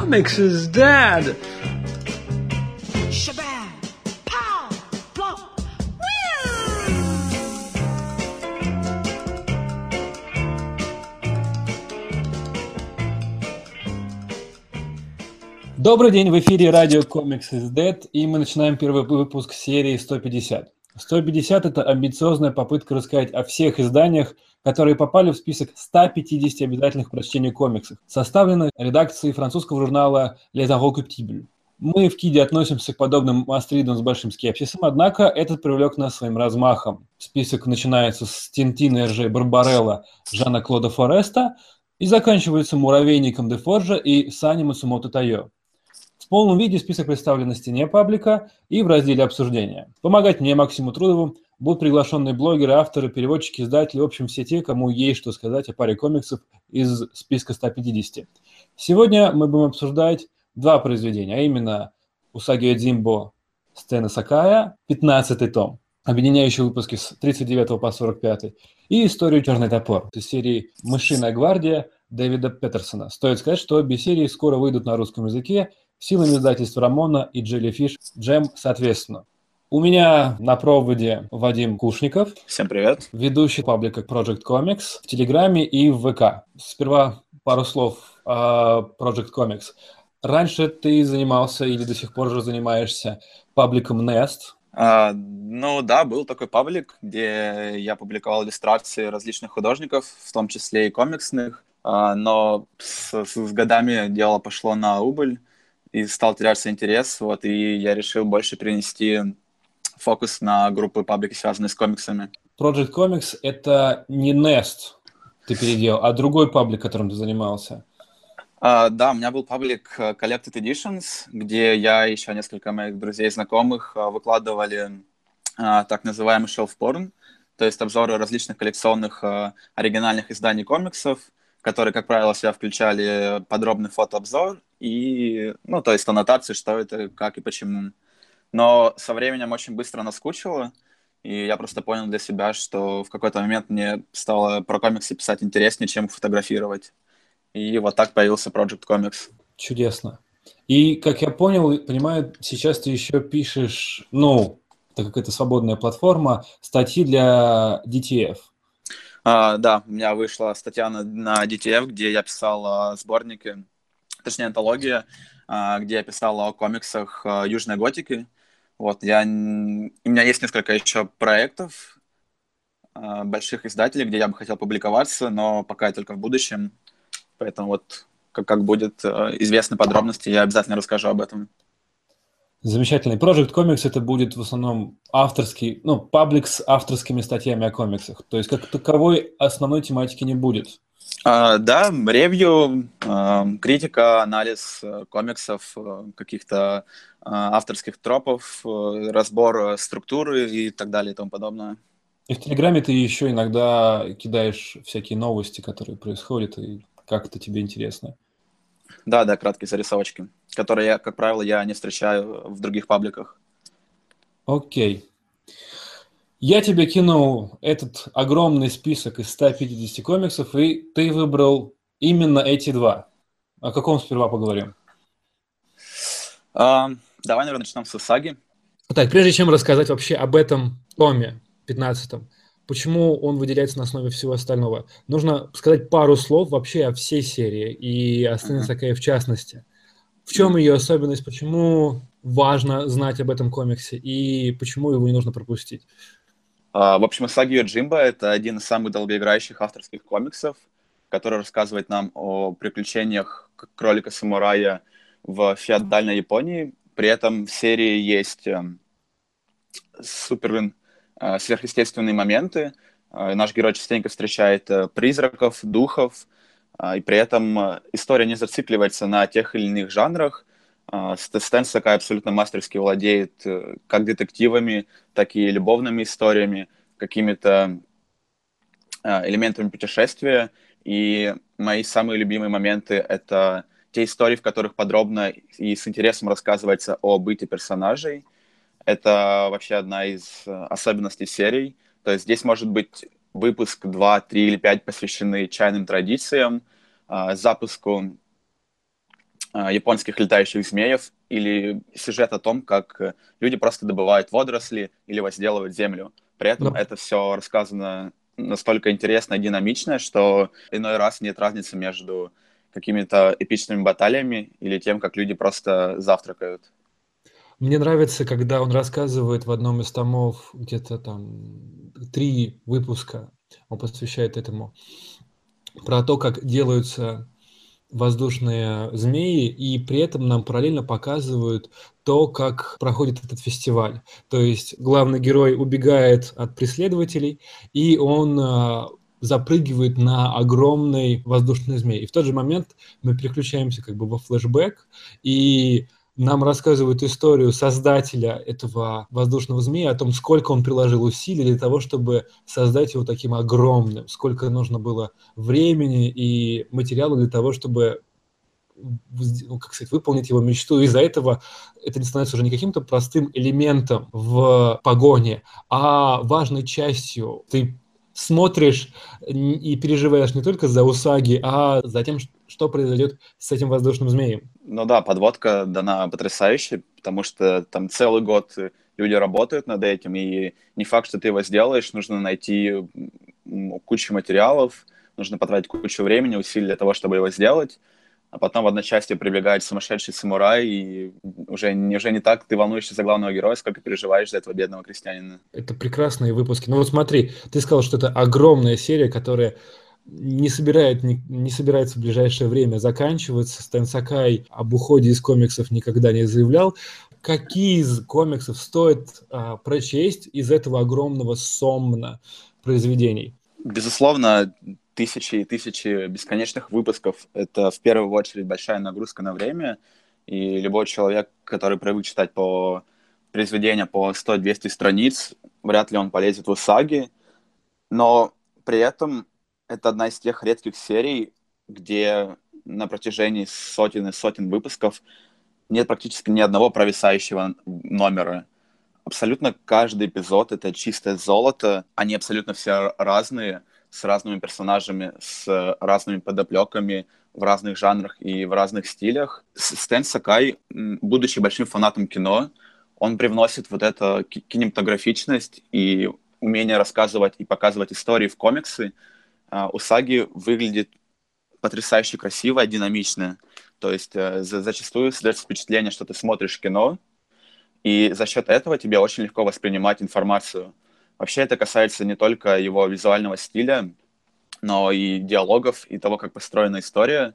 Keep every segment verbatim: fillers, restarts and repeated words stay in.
Comics is dead! Shabam! Pow! Blow! Добрый день, в эфире радио Comics is Dead, и мы начинаем первый выпуск серии сто пятьдесят. сто пятьдесят – это амбициозная попытка рассказать о всех изданиях, которые попали в список ста пятидесяти обязательных к прочтению комиксов, составленных редакцией французского журнала Les Inrecuptibles. Мы в КИДе относимся к подобным мастридам с большим скепсисом, однако этот привлек нас своим размахом. Список начинается с Тинтина Эрже Барбарелла Жана Клода Фореста и заканчивается Муравейником де Форжа и Сани Мацумото Тайо. В полном виде список представлен на стене паблика и в разделе обсуждения. Помогать мне, Максиму Трудову, будут приглашенные блогеры, авторы, переводчики, издатели, в общем, все те, кому есть что сказать о паре комиксов из списка ста пятидесяти. Сегодня мы будем обсуждать два произведения, а именно Усаги Йодзимбо Стэна Сакая, пятнадцатый том, объединяющий выпуски с тридцать девятого по сорок пятый, и историю «Черный топор» из серии «Мышиная гвардия» Дэвида Петерсона. Стоит сказать, что обе серии скоро выйдут на русском языке, силами издательства Рамона и Jellyfish Jam соответственно. У меня на проводе Вадим Кушников. Всем привет. Ведущий паблика Project Comics в Телеграме и в ВК. Сперва пару слов о Project Comics. Раньше ты занимался или до сих пор же занимаешься пабликом Nest. А, ну да, был такой паблик, где я публиковал иллюстрации различных художников, в том числе и комиксных, а, но с, с годами дело пошло на убыль и стал теряться интерес, вот, и я решил больше перенести фокус на группы паблики, связанные с комиксами. Project Comics — это не Nest ты переделал, а другой паблик, которым ты занимался. Uh, да, у меня был паблик Collected Editions, где я и еще несколько моих друзей и знакомых uh, выкладывали uh, так называемый shelf porn, то есть обзоры различных коллекционных uh, оригинальных изданий комиксов, которые, как правило, в себя включали подробный фотообзор и, ну, то есть аннотации, что это, как и почему. Но со временем очень быстро наскучило, и я просто понял для себя, что в какой-то момент мне стало про комиксы писать интереснее, чем фотографировать. И вот так появился Project Comics. Чудесно. И, как я понял, понимаю, сейчас ты еще пишешь, ну, так как это свободная платформа, статьи для ди ти эф. А, да, у меня вышла статья на, на ди ти эф, где я писал о сборнике, точнее, антология, а, где я писал о комиксах а, Южной Готики. Вот, я, у меня есть несколько еще проектов а, больших издателей, где я бы хотел публиковаться, но пока только в будущем. Поэтому вот как, как будет э, известны подробности, я обязательно расскажу об этом. Замечательно. Project Comics — это будет в основном авторский, ну, паблик с авторскими статьями о комиксах. То есть как таковой основной тематики не будет. А, да, ревью, э, критика, анализ э, комиксов, э, каких-то э, авторских тропов, э, разбор структуры и так далее и тому подобное. И в Телеграме ты еще иногда кидаешь всякие новости, которые происходят, и как это тебе интересно. Да, да, краткие зарисовочки, которые, я, как правило, я не встречаю в других пабликах. Окей. Я тебе кинул этот огромный список из ста пятидесяти комиксов, и ты выбрал именно эти два. О каком сперва поговорим? А, давай, наверное, начнем с саги. Так, прежде чем рассказать вообще об этом томе пятнадцатом, почему он выделяется на основе всего остального, нужно сказать пару слов вообще о всей серии и о Стэне Сакае в частности. В чем ее особенность, почему важно знать об этом комиксе и почему его не нужно пропустить? Uh, в общем, Усаги Йоджимбо — это один из самых долгоиграющих авторских комиксов, который рассказывает нам о приключениях кролика-самурая в феодальной Японии. При этом в серии есть uh, супер uh, сверхъестественные моменты. Uh, наш герой частенько встречает uh, призраков, духов, uh, и при этом uh, история не зацикливается на тех или иных жанрах. Стэн Сакай абсолютно мастерски владеет как детективами, так и любовными историями, какими-то элементами путешествия. И мои самые любимые моменты — это те истории, в которых подробно и с интересом рассказывается о быте персонажей. Это вообще одна из особенностей серий. То есть здесь может быть выпуск два, три или пять посвящены чайным традициям, запуску а, японских летающих змеев, или сюжет о том, как э, люди просто добывают водоросли или возделывают землю. При этом Но это все рассказано настолько интересно и динамично, что иной раз нет разницы между какими-то эпичными баталиями или тем, как люди просто завтракают. мне нравится, когда он рассказывает в одном из томов, где-то там три выпуска, он посвящает этому, про то, как делаются воздушные змеи, и при этом нам параллельно показывают то, как проходит этот фестиваль. То есть главный герой убегает от преследователей, и он а, запрыгивает на огромный воздушный змей. И в тот же момент мы переключаемся как бы во флешбэк, и нам рассказывают историю создателя этого воздушного змея, о том, сколько он приложил усилий для того, чтобы создать его таким огромным, сколько нужно было времени и материала для того, чтобы, ну, как сказать, выполнить его мечту. Из-за этого это не становится уже не каким-то простым элементом в погоне, а важной частью. Ты смотришь и переживаешь не только за Усаги, а за тем, что произойдет с этим воздушным змеем. Ну да, подводка дана потрясающая, потому что там целый год люди работают над этим, и не факт, что ты его сделаешь, нужно найти м, кучу материалов, нужно потратить кучу времени, усилий для того, чтобы его сделать, а потом в одночасье прибегает сумасшедший самурай, и уже, не- уже не так ты волнуешься за главного героя, сколько переживаешь за этого бедного крестьянина. Это прекрасные выпуски. Ну вот смотри, ты сказал, что это огромная серия, которая не, собирает, не, не собирается в ближайшее время заканчиваться. Стэн Сакай об уходе из комиксов никогда не заявлял. Какие из комиксов стоит а, прочесть из этого огромного сомна произведений? Безусловно, тысячи и тысячи бесконечных выпусков — это в первую очередь большая нагрузка на время, и любой человек, который привык читать по произведения по сто-двести страниц, вряд ли он полезет в Усаги, но при этом это одна из тех редких серий, где на протяжении сотен и сотен выпусков нет практически ни одного провисающего номера. Абсолютно каждый эпизод — это чистое золото. Они абсолютно все разные, с разными персонажами, с разными подоплеками, в разных жанрах и в разных стилях. С- Стэн Сакай, м, будучи большим фанатом кино, он привносит вот эту ки- кинематографичность и умение рассказывать и показывать истории в комиксы. А, Усаги выглядит потрясающе красиво и динамично. То есть э, за- зачастую создается впечатление, что ты смотришь кино, и за счет этого тебе очень легко воспринимать информацию. Вообще это касается не только его визуального стиля, но и диалогов, и того, как построена история.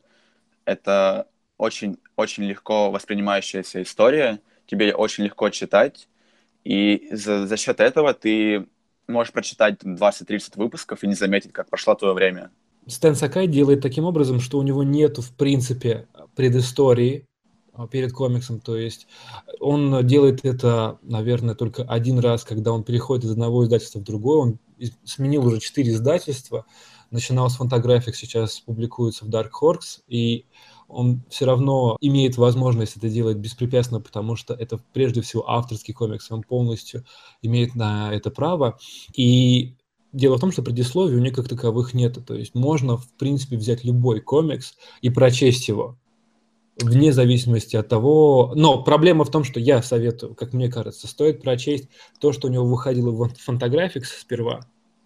Это очень-очень легко воспринимающаяся история, тебе очень легко читать, и за, за счет этого ты можешь прочитать двадцать-тридцать выпусков и не заметить, как прошло твое время. Стэн Сакай делает таким образом, что у него нету, в принципе, предыстории а, перед комиксом. То есть он делает это, наверное, только один раз, когда он переходит из одного издательства в другое. Он из- сменил уже четыре издательства. Начинал с Fantagraphics, сейчас публикуется в Dark Horse. И он все равно имеет возможность это делать беспрепятственно, потому что это прежде всего авторский комикс. Он полностью имеет на это право. И дело в том, что предисловий у них как таковых нету. То есть можно, в принципе, взять любой комикс и прочесть его, вне зависимости от того... Но проблема в том, что я советую, как мне кажется, стоит прочесть то, что у него выходило в Fantagraphics сперва.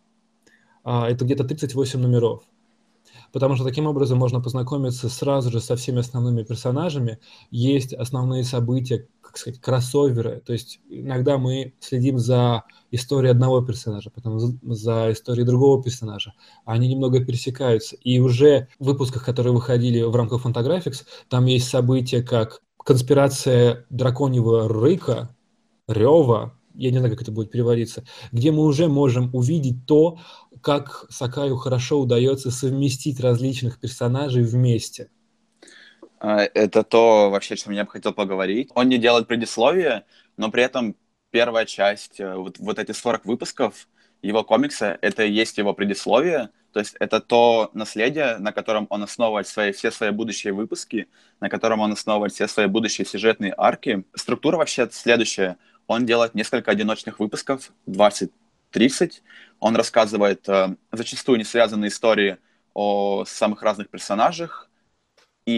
А, Это где-то тридцать восемь номеров. Потому что таким образом можно познакомиться сразу же со всеми основными персонажами. Есть основные события, как сказать, кроссоверы. То есть иногда мы следим за историей одного персонажа, потом за, за историей другого персонажа. Они немного пересекаются. И уже в выпусках, которые выходили в рамках Fantagraphics, там есть события, как конспирация драконьего рыка, рева, я не знаю, как это будет переводиться, где мы уже можем увидеть то, как Сакаю хорошо удается совместить различных персонажей вместе. А, Это то, вообще, чем я бы хотел поговорить. Он не делает предисловия, но при этом первая часть, э, вот, вот эти сорок выпусков его комикса, это и есть его предисловие. То есть это то наследие, на котором он основывает свои, все свои будущие выпуски, на котором он основывает все свои будущие сюжетные арки. Структура вообще следующая. Он делает несколько одиночных выпусков, двадцать-тридцать. Он рассказывает э, зачастую не связанные истории о самых разных персонажах, и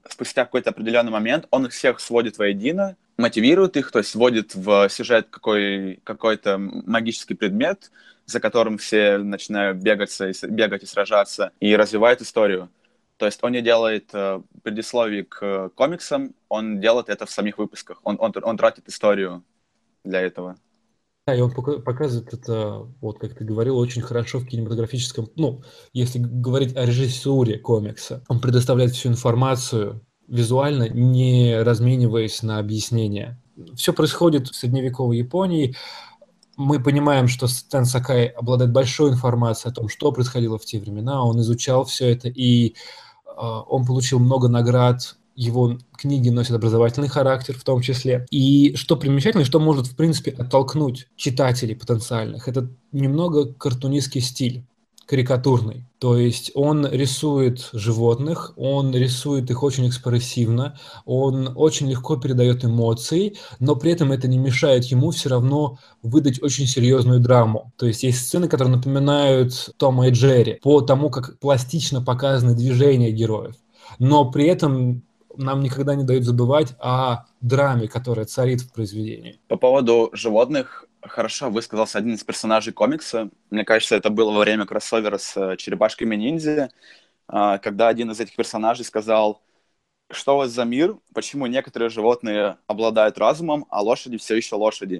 спустя какой-то определенный момент он их всех сводит воедино, мотивирует их, то есть вводит в сюжет какой, какой-то магический предмет, за которым все начинают бегаться, и, бегать и сражаться, и развивает историю. То есть он не делает э, предисловий к э, комиксам, он делает это в самих выпусках. Он, он, он тратит историю для этого. Да, и он пока- показывает это, вот как ты говорил, очень хорошо в кинематографическом, ну, если говорить о режиссуре комикса. Он предоставляет всю информацию визуально, не размениваясь на объяснения. Все происходит в средневековой Японии. Мы понимаем, что Стэн Сакай обладает большой информацией о том, что происходило в те времена. Он изучал все это, и э, он получил много наград. Его книги носят образовательный характер в том числе. И что примечательно, что может, в принципе, оттолкнуть читателей потенциальных, это немного картунистский стиль, карикатурный. То есть он рисует животных, он рисует их очень экспрессивно, он очень легко передает эмоции, но при этом это не мешает ему все равно выдать очень серьезную драму. То есть есть сцены, которые напоминают Тома и Джерри по тому, как пластично показаны движения героев. Но при этом нам никогда не дают забывать о драме, которая царит в произведении. По поводу животных хорошо высказался один из персонажей комикса. Мне кажется, это было во время кроссовера с черепашками-ниндзя, когда один из этих персонажей сказал: что у вас за мир, почему некоторые животные обладают разумом, а лошади все еще лошади.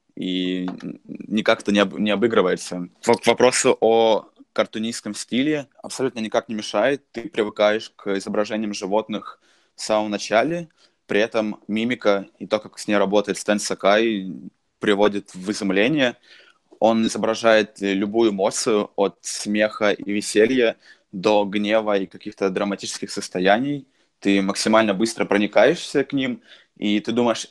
И никак это не, об, не обыгрывается. К вопросу о картунистском стиле абсолютно никак не мешает. Ты привыкаешь к изображениям животных в самом начале, при этом мимика и то, как с ней работает Стэн Сакай, приводит в изумление. Он изображает любую эмоцию от смеха и веселья до гнева и каких-то драматических состояний. Ты максимально быстро проникаешься к ним, и ты думаешь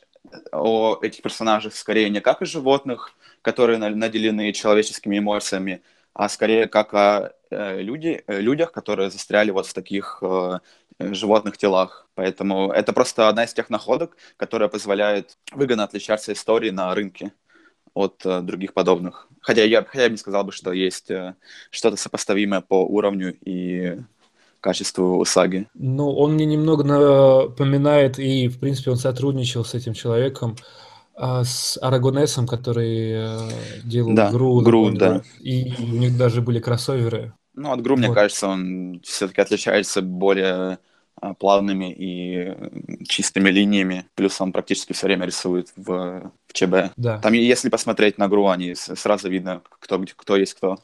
о этих персонажах скорее не как о животных, которые наделены человеческими эмоциями, а скорее как о э, люди, э, людях, которые застряли вот в таких э, животных телах. Поэтому это просто одна из тех находок, которая позволяет выгодно отличаться историей на рынке от э, других подобных. Хотя я, хотя я бы не сказал бы, что есть э, что-то сопоставимое по уровню и качеству Усаги. Ну, он мне немного напоминает, и, в принципе, он сотрудничал с этим человеком, а, с Арагонесом, который э, делал Да, Гру, Гру, да. и у них даже были кроссоверы. Ну, от Гру, мне Вот. кажется, он все-таки отличается более а, плавными и чистыми линиями. Плюс он практически все время рисует в, в ЧБ. Да. Там, если посмотреть на Гру, они с- сразу видно, кто, кто есть кто.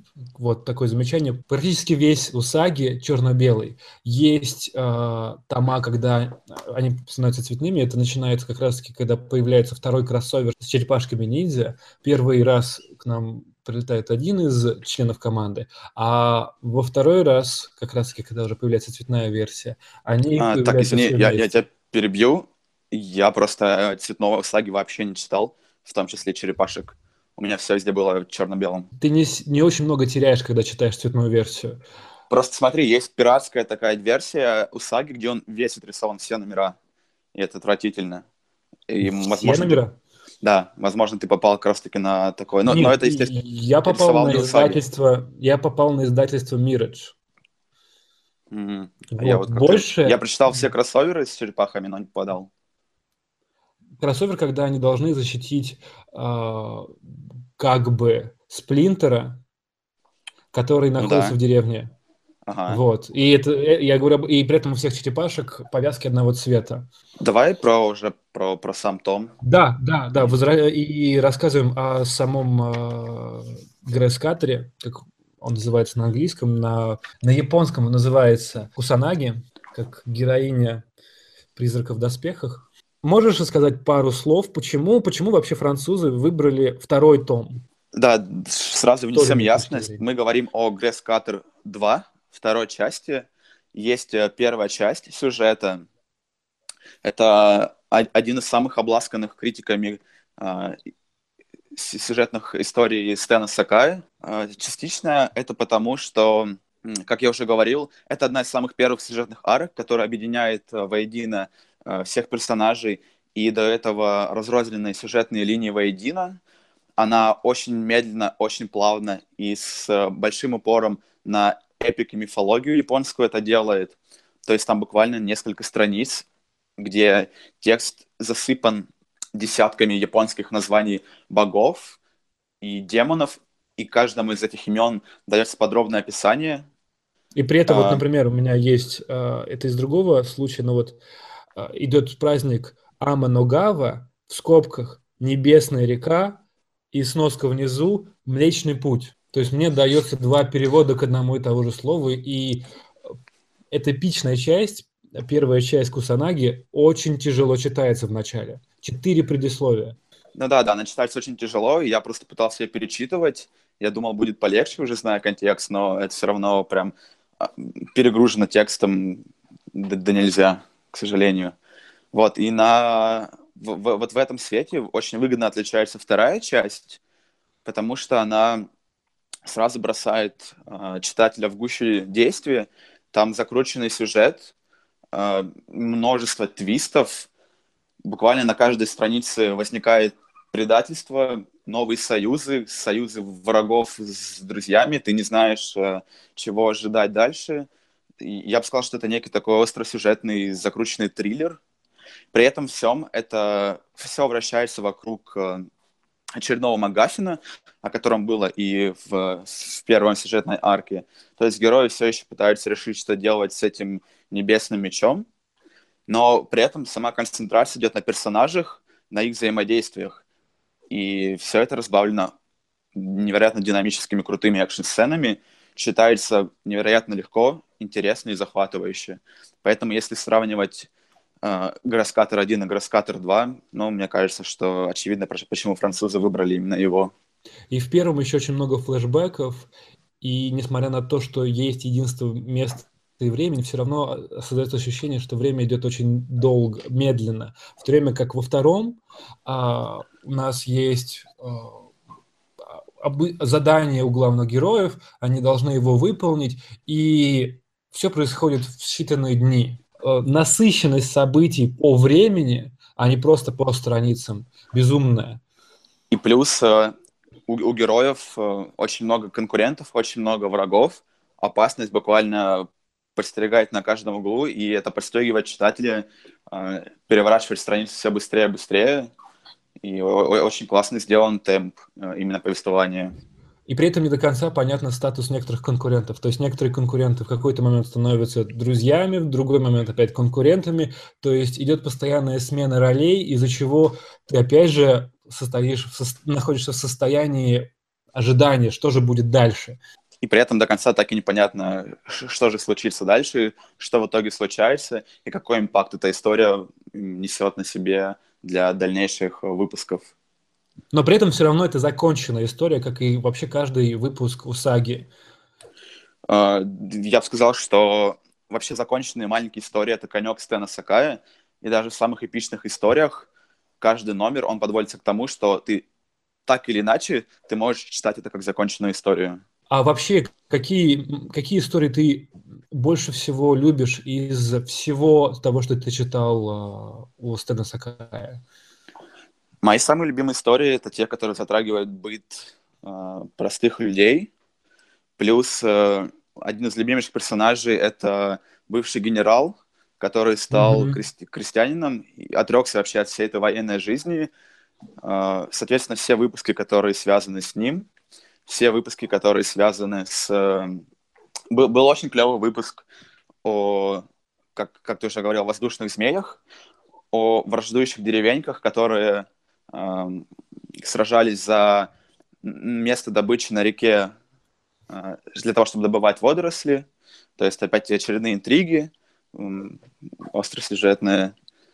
Вот такое замечание. Практически весь Усаги черно-белый. Есть э, тома, когда они становятся цветными. Это начинается как раз-таки, когда появляется второй кроссовер с черепашками-ниндзя. Первый раз к нам прилетает один из членов команды, а во второй раз, как раз-таки, когда уже появляется цветная версия, они А, так, появляются извини, все я, я вместе. тебя перебью. Я просто цветного Усаги вообще не читал, в том числе черепашек. У меня все везде было черно-белым. Ты не, с- не очень много теряешь, когда читаешь цветную версию. Просто смотри, есть пиратская такая версия Усаги, где он весь отрисован, все номера. И это отвратительно. И, Все возможно, ты, номера? да, возможно, ты попал как раз-таки на такое. Но, но Нет, это, естественно, я ты попал рисовал на не Усаги. издательство, я попал на издательство Мирадж. Мгм. А я Вот, вот как-то... Я больше прочитал все кроссоверы с черепахами, но не попадал. кроссовер, когда они должны защитить а, как бы Сплинтера, который Ну находится да, в деревне. ага. Вот. И это, э, я говорю, об- и при этом у всех черепашек повязки одного цвета. Давай про уже про, про сам том. Да, да, да. И- возра- И рассказываем о самом а, Грейскатере, как он называется на английском, на, на японском он называется Кусанаги, как героиня «Призрака в доспехах». Можешь рассказать пару слов, почему, почему вообще французы выбрали второй том? Да, сразу С той или внесем иной точки ясность. зрения. Мы говорим о Гресс Каттер два, второй части. Есть э, первая часть сюжета. Это о- один из самых обласканных критиками а, с- сюжетных историй Стэна Сакая. А, Частично это потому, что, м, как я уже говорил, это одна из самых первых сюжетных арок, которая объединяет э, воедино э, всех персонажей и до этого разрозненные сюжетные линии воедино. Она очень медленно, очень плавно и с э, большим упором на эпик и мифологию японскую это делает. То есть там буквально несколько страниц, где текст засыпан десятками японских названий богов и демонов, и каждому из этих имен дается подробное описание. И при этом, вот, А, например, у меня есть, э, это из другого случая, но вот э, идет праздник Аманогава, в скобках «Небесная река» и сноска внизу «Млечный путь». То есть мне дается два перевода к одному и тому же слову, и э, эта эпичная часть, первая часть Кусанаги, очень тяжело читается в начале. Четыре предисловия. Ну да, да, она читается очень тяжело, и я просто пытался ее перечитывать. Я думал, будет полегче, уже зная контекст, но это все равно прям а, перегружено текстом да, да нельзя, к сожалению. Вот, и на... в- в- вот в этом свете очень выгодно отличается вторая часть, потому что она сразу бросает а, читателя в гущу действия. Там закрученный сюжет, а, множество твистов. Буквально на каждой странице возникает предательство, новые союзы, союзы врагов с друзьями. Ты не знаешь, а, чего ожидать дальше. И я бы сказал, что это некий такой остросюжетный закрученный триллер. При этом всем это все вращается вокруг э, очередного МакГаффина, о котором было и в, в первом сюжетной арке. То есть герои все еще пытаются решить, что делать с этим небесным мечом, но при этом сама концентрация идет на персонажах, на их взаимодействиях. И все это разбавлено невероятно динамическими, крутыми экшн-сценами, читается невероятно легко, интересно и захватывающе. Поэтому если сравнивать Гроскатер один и Гроскатер два, ну, мне кажется, что очевидно, почему французы выбрали именно его. И в первом еще очень много флешбеков, и несмотря на то, что есть единство места и времени, все равно создается ощущение, что время идет очень долго, медленно. В то время как во втором а, у нас есть а, обы- задание у главных героев, они должны его выполнить, и все происходит в считанные дни. Э, Насыщенность событий по времени, а не просто по страницам, безумная. И плюс э, у, у героев э, очень много конкурентов, очень много врагов. Опасность буквально подстерегает на каждом углу, и это подстегивает читателя э, переворачивать страницу все быстрее и быстрее. И о- о- очень классно сделан темп э, именно повествования. И при этом не до конца понятен статус некоторых конкурентов. То есть некоторые конкуренты в какой-то момент становятся друзьями, в другой момент опять конкурентами. То есть идет постоянная смена ролей, из-за чего ты опять же состоишь, в сос- находишься в состоянии ожидания, что же будет дальше. И при этом до конца так и непонятно, ш- что же случится дальше, что в итоге случается, и какой импакт эта история м, несет на себе для дальнейших э, выпусков. Но при этом все равно это законченная история, как и вообще каждый выпуск у саги. Э, Я бы сказал, что вообще законченные маленькие истории — это конек Стэна Сакая, и даже в самых эпичных историях каждый номер, он подводится к тому, что ты так или иначе, ты можешь читать это как законченную историю. А вообще, какие, какие истории ты больше всего любишь из всего того, что ты читал а, у Стэна Сакая? Мои самые любимые истории — это те, которые затрагивают быт э, простых людей. Плюс э, один из любимейших персонажей — это бывший генерал, который стал Мгм. крести- крестьянином и отрекся вообще от всей этой военной жизни. Э, соответственно, все выпуски, которые связаны с ним, все выпуски, которые связаны с... э, Был, был очень клевый выпуск о, как, как ты уже говорил, воздушных змеях, о враждующих деревеньках, которые эм, сражались за м- место добычи на реке э, для того, чтобы добывать водоросли. То есть опять очередные интриги, м, остросюжетные.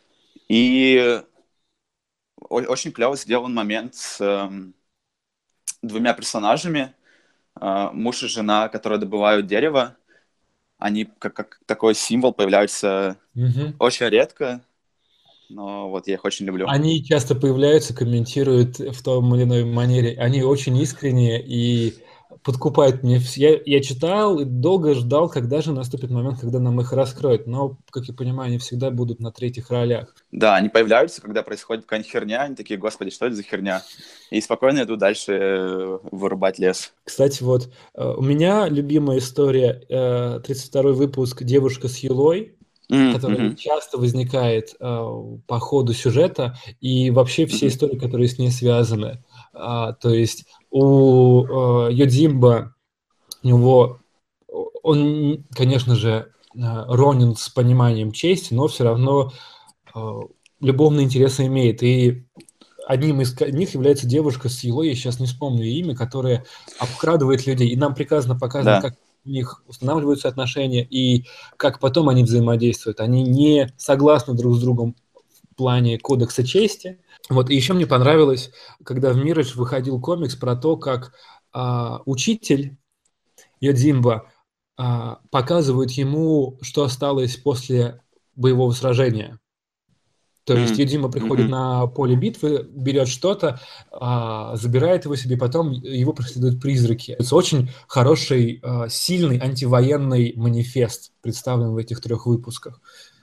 И о- очень клево сделан момент с эм, двумя персонажами, э, муж и жена, которые добывают дерево. Они как, как такой символ появляются Мгм. очень редко, но вот я их очень люблю. Они часто появляются, комментируют в том или иной манере. Они очень искренние и подкупают меня. Вс- Я, я читал и долго ждал, когда же наступит момент, когда нам их раскроют. Но, как я понимаю, они всегда будут на третьих ролях. Да, они появляются, когда происходит какая-нибудь херня, они такие: господи, что это за херня? И спокойно идут дальше э, вырубать лес. Кстати, вот э, у меня любимая история, э, тридцать второй выпуск «Девушка с Юлой». М, которая мгм. часто возникает э, по ходу сюжета, и вообще все Мгм. истории, которые с ней связаны. А, то есть у э, Йодзимба, у него, он, конечно же, э, ронин с пониманием чести, но все равно э, любовные интересы имеет. И одним из ка- них является девушка с Елой, я сейчас не вспомню ее имя, которая обкрадывает людей. И нам прекрасно показано, Да. как у них устанавливаются отношения и как потом они взаимодействуют. Они не согласны друг с другом в плане кодекса чести. Вот, и еще мне понравилось, когда в Мираж выходил комикс про то, как а, учитель Йодзимба а, показывает ему, что осталось после боевого сражения. То есть М, Юдима приходит мгм. на поле битвы, берет что-то, а, забирает его себе, потом его преследуют призраки. Это очень хороший, а, сильный антивоенный манифест, представлен в этих трех выпусках.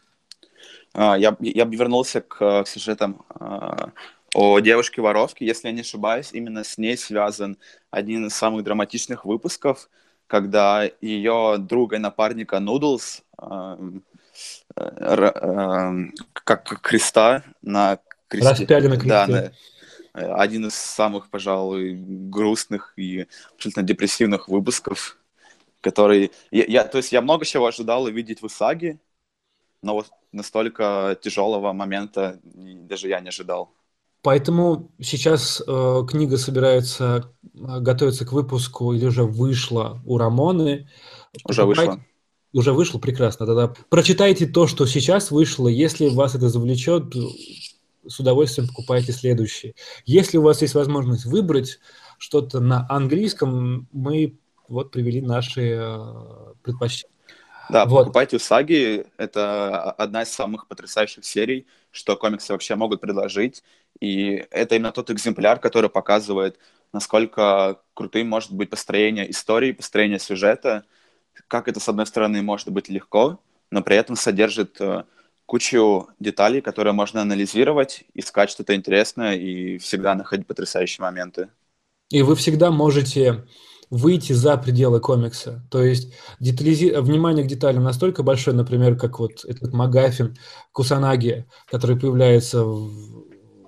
А, Я, б- я бы вернулся к, к сюжетам а, о девушке-воровке. Если я не ошибаюсь, именно с ней связан один из самых драматичных выпусков, когда ее друга и напарника Нудлс, ам, э, р- ам, как как креста на кресте, Распяли на да, кресте. на- э, один из самых, пожалуй, грустных и абсолютно депрессивных выпусков, который... Я, я- то есть я много чего ожидал увидеть в Исаге, но вот настолько тяжелого момента и даже я не ожидал. Поэтому сейчас э, книга собирается, э, готовится к выпуску или уже вышла у Рамоны. Уже Покупайте. вышло. Уже вышло, прекрасно. Тогда прочитайте то, что сейчас вышло. Если вас это завлечет, с удовольствием покупайте следующее. Если у вас есть возможность выбрать что-то на английском, мы вот привели наши э, предпочтения. Да, Вот. покупайте Усаги. Это одна из самых потрясающих серий, что комиксы вообще могут предложить. И это именно тот экземпляр, который показывает, насколько крутым может быть построение истории, построение сюжета, как это, с одной стороны, может быть легко, но при этом содержит э, кучу деталей, которые можно анализировать, искать что-то интересное и всегда находить потрясающие моменты. И вы всегда можете выйти за пределы комикса. То есть детализи... внимание к деталям настолько большое, например, как вот этот Магафин Кусанаги, который появляется в,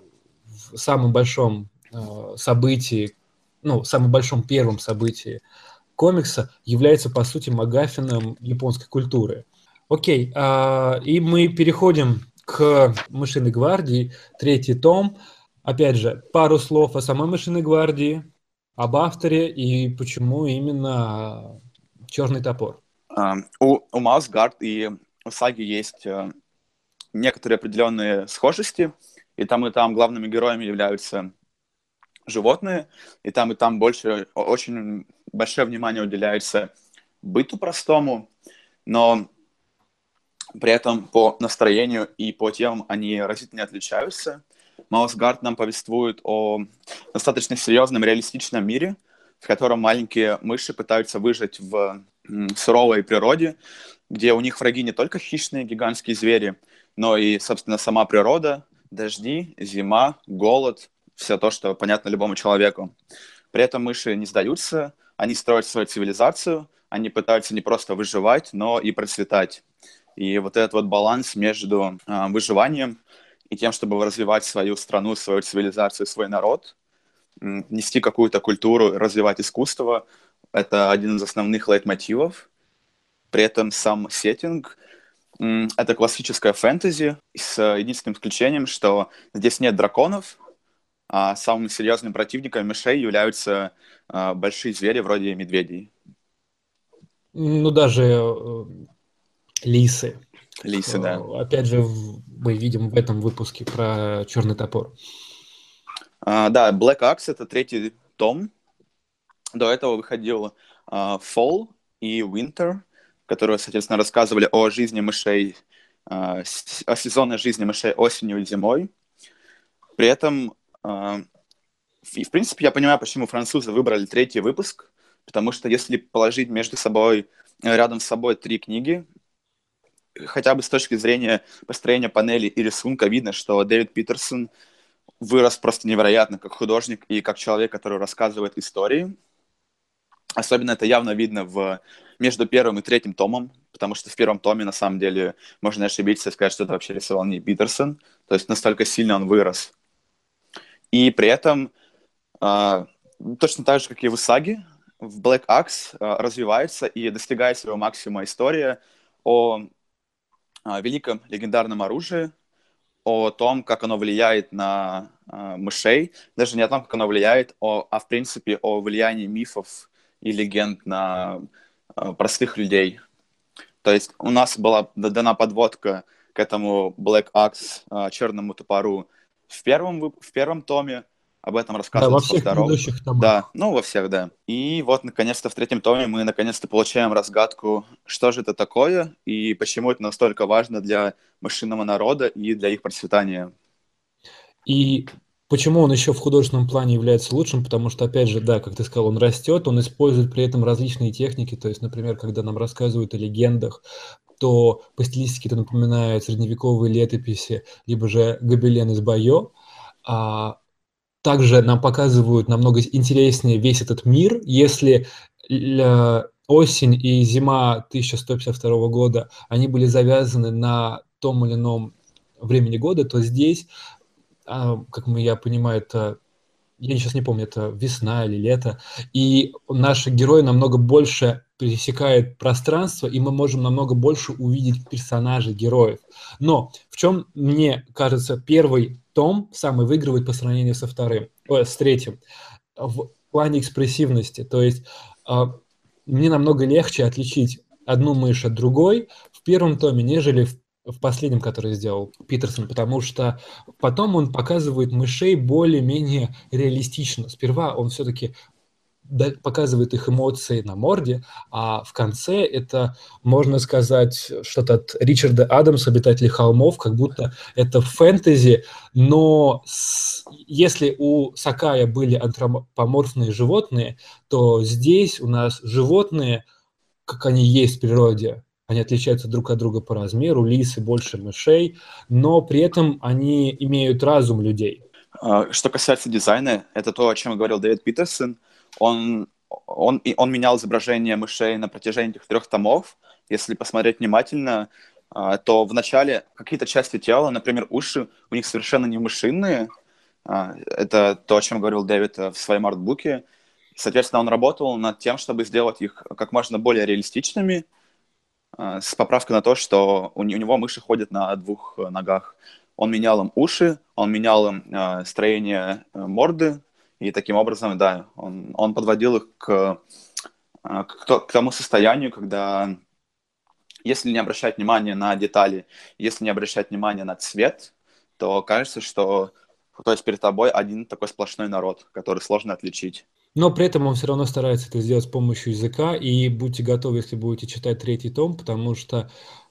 в самом большом э, событии, ну, самом большом первом событии комикса, является, по сути, Магафином японской культуры. Окей, а, и мы переходим к «Мышиной гвардии», третий том. Опять же, пару слов о самой «Мышиной гвардии», об авторе и почему именно «Черный топор». А, у, у Маусгард и у Саги есть э, некоторые определенные схожести, и там и там главными героями являются животные, и там и там больше, очень большое внимание уделяется быту простому, но при этом по настроению и по темам они разительно отличаются. Маусгард нам повествует о достаточно серьезном реалистичном мире, в котором маленькие мыши пытаются выжить в м, суровой природе, где у них враги не только хищные гигантские звери, но и, собственно, сама природа, дожди, зима, голод, все то, что понятно любому человеку. При этом мыши не сдаются, они строят свою цивилизацию, они пытаются не просто выживать, но и процветать. И вот этот вот баланс между э, выживанием и тем, чтобы развивать свою страну, свою цивилизацию, свой народ, м, нести какую-то культуру, развивать искусство, это один из основных лейтмотивов. При этом сам сеттинг м, это классическая фэнтези с единственным исключением, что здесь нет драконов, а самым серьезным противником мышей являются э, большие звери вроде медведей, Ну, даже э, лисы. Как, лисы, да. э, опять же, в- мы видим в этом выпуске про «Черный топор». А, да, Black Axe — это третий том. До этого выходил а, Fall и Winter, которые, соответственно, рассказывали о жизни мышей, а, с- о сезонной жизни мышей осенью и зимой. При этом, а, и, в принципе, я понимаю, почему французы выбрали третий выпуск, потому что если положить между собой, э, рядом с собой три книги, хотя бы с точки зрения построения панели и рисунка видно, что Дэвид Питерсон вырос просто невероятно как художник и как человек, который рассказывает истории. Особенно это явно видно в между первым и третьим томом, потому что в первом томе, на самом деле, можно ошибиться и сказать, что это вообще рисовал не Питерсон, то есть настолько сильно он вырос. И при этом, э, точно так же, как и в Усаге, в Black Axe э, развивается и достигает своего максимума история о, о великом легендарном оружии, о том, как оно влияет на э, мышей, даже не о том, как оно влияет, о, а в принципе о влиянии мифов и легенд на э, простых людей. То есть у нас была дана подводка к этому Black Axe, э, черному топору в первом, вып- в первом томе, об этом Да, во рассказывается во всех втором. предыдущих Да, томах. ну во всех, да. И вот, наконец-то, в третьем томе мы наконец-то получаем разгадку, что же это такое и почему это настолько важно для мышиного народа и для их процветания. И почему он еще в художественном плане является лучшим? Потому что, опять же, да, как ты сказал, он растет, он использует при этом различные техники. То есть, например, когда нам рассказывают о легендах, то по стилистике это напоминает средневековые летописи, либо же гобелен из Байо. А также нам показывают намного интереснее весь этот мир. Если ля- осень и зима тысяча сто пятьдесят второго года, они были завязаны на том или ином времени года, то здесь, а, как мы, я понимаю, это, я сейчас не помню, это весна или лето, и наши герои намного больше пересекают пространство, и мы можем намного больше увидеть персонажей, героев. Но в чем, мне кажется, первый том самый выигрывает по сравнению со вторым, ой, с третьим, в плане экспрессивности. То есть а, мне намного легче отличить одну мышь от другой в первом томе, нежели в, в последнем, который сделал Питерсон, потому что потом он показывает мышей более-менее реалистично. Сперва он все-таки да- показывает их эмоции на морде, а в конце это, можно сказать, что-то от Ричарда Адамса, «Обитатели холмов», как будто это фэнтези, но с- если у Сакая были антропоморфные животные, то здесь у нас животные, как они есть в природе, они отличаются друг от друга по размеру, лисы больше мышей, но при этом они имеют разум людей. А, Что касается дизайна, это то, о чем говорил Дэвид Питерсон. Он, он, и он менял изображение мышей на протяжении этих трех томов. Если посмотреть внимательно, а, то в начале какие-то части тела, например, уши, у них совершенно не мышиные. А, Это то, о чем говорил Дэвид э, в своем артбуке. Соответственно, он работал над тем, чтобы сделать их как можно более реалистичными, а, с поправкой на то, что у, не- у него мыши ходят на двух э, ногах. Он менял им уши, он менял им э, строение э, морды, и таким образом, да, он, он подводил их к, э, к, то- к тому состоянию, когда, если не обращать внимания на детали, если не обращать внимания на цвет, то кажется, что то есть перед тобой один такой сплошной народ, который сложно отличить. Но при этом он все равно старается это сделать с помощью языка, и будьте готовы, если будете читать третий том, потому что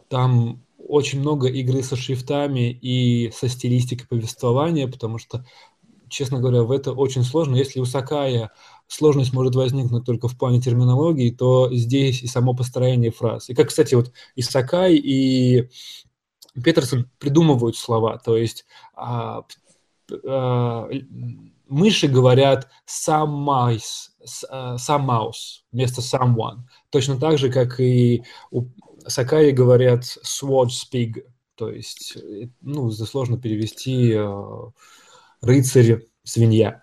там очень много игры со шрифтами и со стилистикой повествования, потому что, честно говоря, в это очень сложно. Если у Сакая сложность может возникнуть только в плане терминологии, то здесь и само построение фраз. И как, кстати, вот и Сакай, и Петерсон придумывают слова, то есть а, п- а, л- мыши говорят some mice, с- а, some mouse вместо someone, точно так же, как и у Сакаи говорят swords pig, то есть, э, ну, это сложно перевести э, рыцарь, свинья.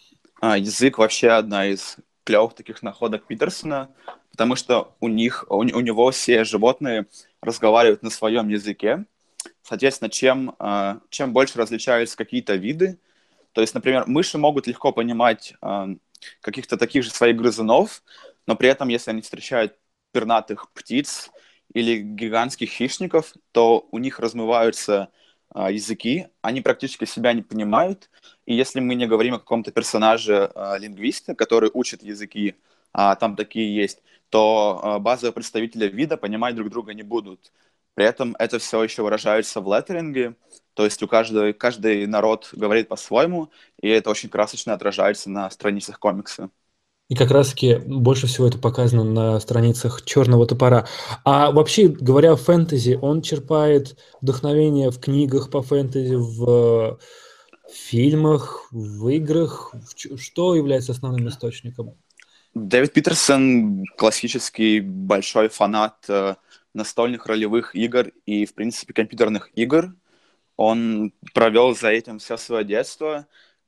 А, язык вообще одна из клевых таких находок Питерсона, потому что у них, у, у него все животные разговаривают на своем языке. Соответственно, чем, а, чем больше различаются какие-то виды, то есть, например, мыши могут легко понимать а, каких-то таких же своих грызунов, но при этом, если они встречают пернатых птиц или гигантских хищников, то у них размываются а, языки, они практически себя не понимают. И если мы не говорим о каком-то персонаже а, лингвиста, который учит языки, а там такие есть, то а, базовые представители вида понимать друг друга не будут. При этом это все еще выражается в леттеринге, то есть у каждого, каждый народ говорит по-своему, и это очень красочно отражается на страницах комикса. И как раз-таки больше всего это показано на страницах «Черного топора». А вообще, говоря о фэнтези, он черпает вдохновение в книгах по фэнтези, в фильмах, в играх. В ч- Что является основным источником? Дэвид Питерсон классический большой фанат э, настольных ролевых игр и, в принципе, компьютерных игр. Он провел за этим все свое детство,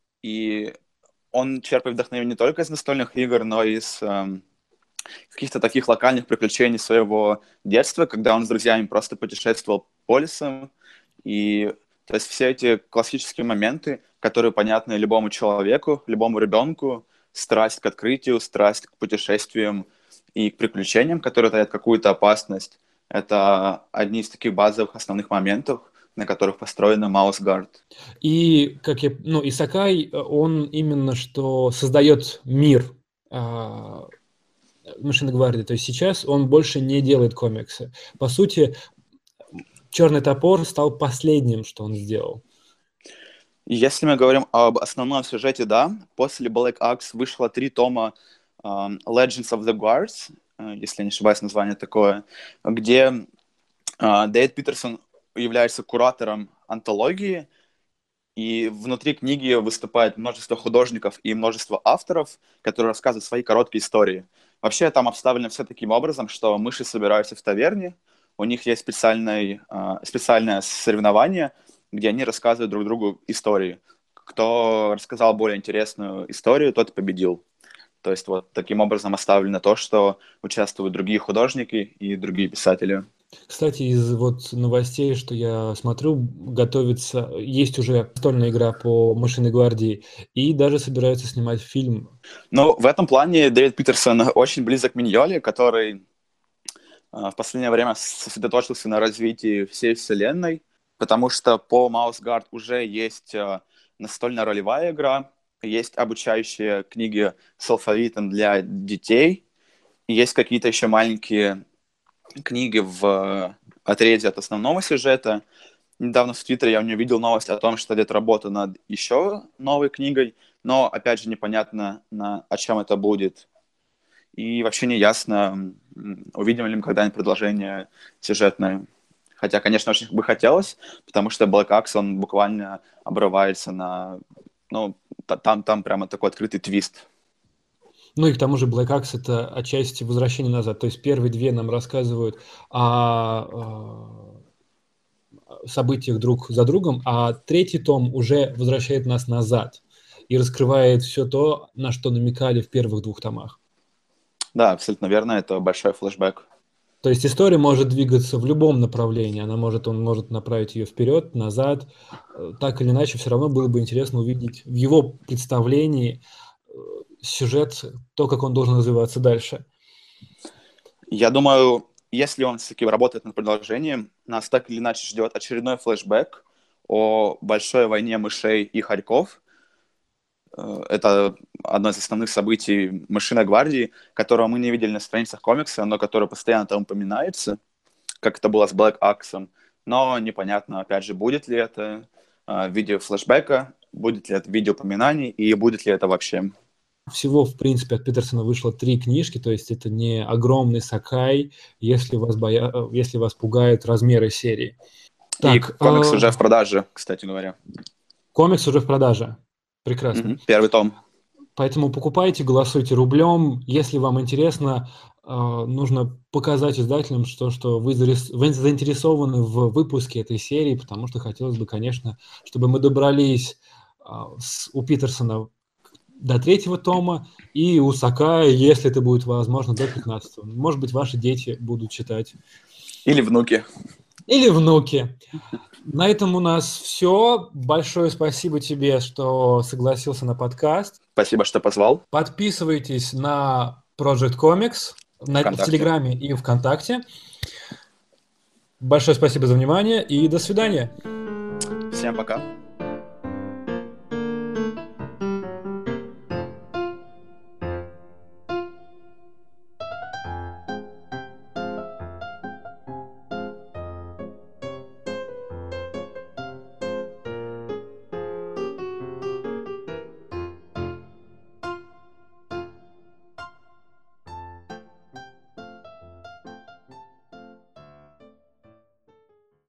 и он черпает вдохновение не только из настольных игр, но и из эм, каких-то таких локальных приключений своего детства, когда он с друзьями просто путешествовал по лесам. И то есть все эти классические моменты, которые понятны любому человеку, любому ребенку, страсть к открытию, страсть к путешествиям и к приключениям, которые таят какую-то опасность, это одни из таких базовых основных моментов, на которых построена Mouse Guard. И, как я, ну, Исакай, он именно что создает мир а, Машины Гвардии. То есть сейчас он больше не делает комиксы. По сути, Черный топор стал последним, что он сделал. Если мы говорим об основном сюжете, да, после Black Axe вышло три тома um, Legends of the Guards, uh, если я не ошибаюсь, название такое, где uh, Дэвид Питерсон является куратором антологии, и внутри книги выступает множество художников и множество авторов, которые рассказывают свои короткие истории. Вообще там обставлено все таким образом, что мыши собираются в таверне, у них есть специальное, uh, специальное соревнование, где они рассказывают друг другу истории. Кто рассказал более интересную историю, тот победил. То есть вот таким образом оставлено то, что участвуют другие художники и другие писатели. Кстати, из вот новостей, что я смотрю, готовится, есть уже настольная игра по Машинной Гвардии, и даже собираются снимать фильм. Ну, в этом плане Дэвид Питерсон очень близок к Миньоле, который э, в последнее время сосредоточился на развитии всей вселенной, потому что по Mouse Guard уже есть э, настольная ролевая игра, есть обучающие книги с алфавитом для детей, и есть какие-то еще маленькие книги в отрезе от основного сюжета. Недавно в Твиттере я у нее видел новость о том, что идет работа над еще новой книгой, но, опять же, непонятно, на, о чем это будет. И вообще не ясно, увидим ли мы когда-нибудь продолжение сюжетное. Хотя, конечно, очень бы хотелось, потому что Black Axe, он буквально обрывается на... Ну, там, там прямо такой открытый твист. Ну и к тому же Black Axe — это отчасти возвращение назад. То есть первые две нам рассказывают о, о событиях друг за другом, а третий том уже возвращает нас назад и раскрывает все то, на что намекали в первых двух томах. Да, абсолютно верно, это большой флешбэк. То есть история может двигаться в любом направлении, она может, он может направить ее вперед, назад. Так или иначе, все равно было бы интересно увидеть в его представлении сюжет, то, как он должен развиваться дальше. Я думаю, если он все-таки работает над продолжением, нас так или иначе ждет очередной флешбэк о большой войне мышей и хорьков. Это одно из основных событий Мышиной Гвардии, которого мы не видели на страницах комикса, но которое постоянно там упоминается, как это было с Black Axe. Но непонятно, опять же, будет ли это в виде флешбэка, будет ли это в виде упоминаний и будет ли это вообще. Всего, в принципе, от Питерсона вышло три книжки, то есть это не огромный Сакай, если вас, боя... если вас пугают размеры серии. Так, и комикс э... уже в продаже, кстати говоря. Комикс уже в продаже. Прекрасно. Mm-hmm. Первый том. Поэтому покупайте, голосуйте рублем. Если вам интересно, нужно показать издателям, что, что вы заинтересованы в выпуске этой серии, потому что хотелось бы, конечно, чтобы мы добрались с, у Питерсона до третьего тома, и у Сакая, если это будет возможно, до пятнадцатого. Может быть, ваши дети будут читать. Или внуки. Или внуки. На этом у нас все. Большое спасибо тебе, что согласился на подкаст. Спасибо, что позвал. Подписывайтесь на Project Comics на, в Телеграме и ВКонтакте. Большое спасибо за внимание и до свидания. Всем пока.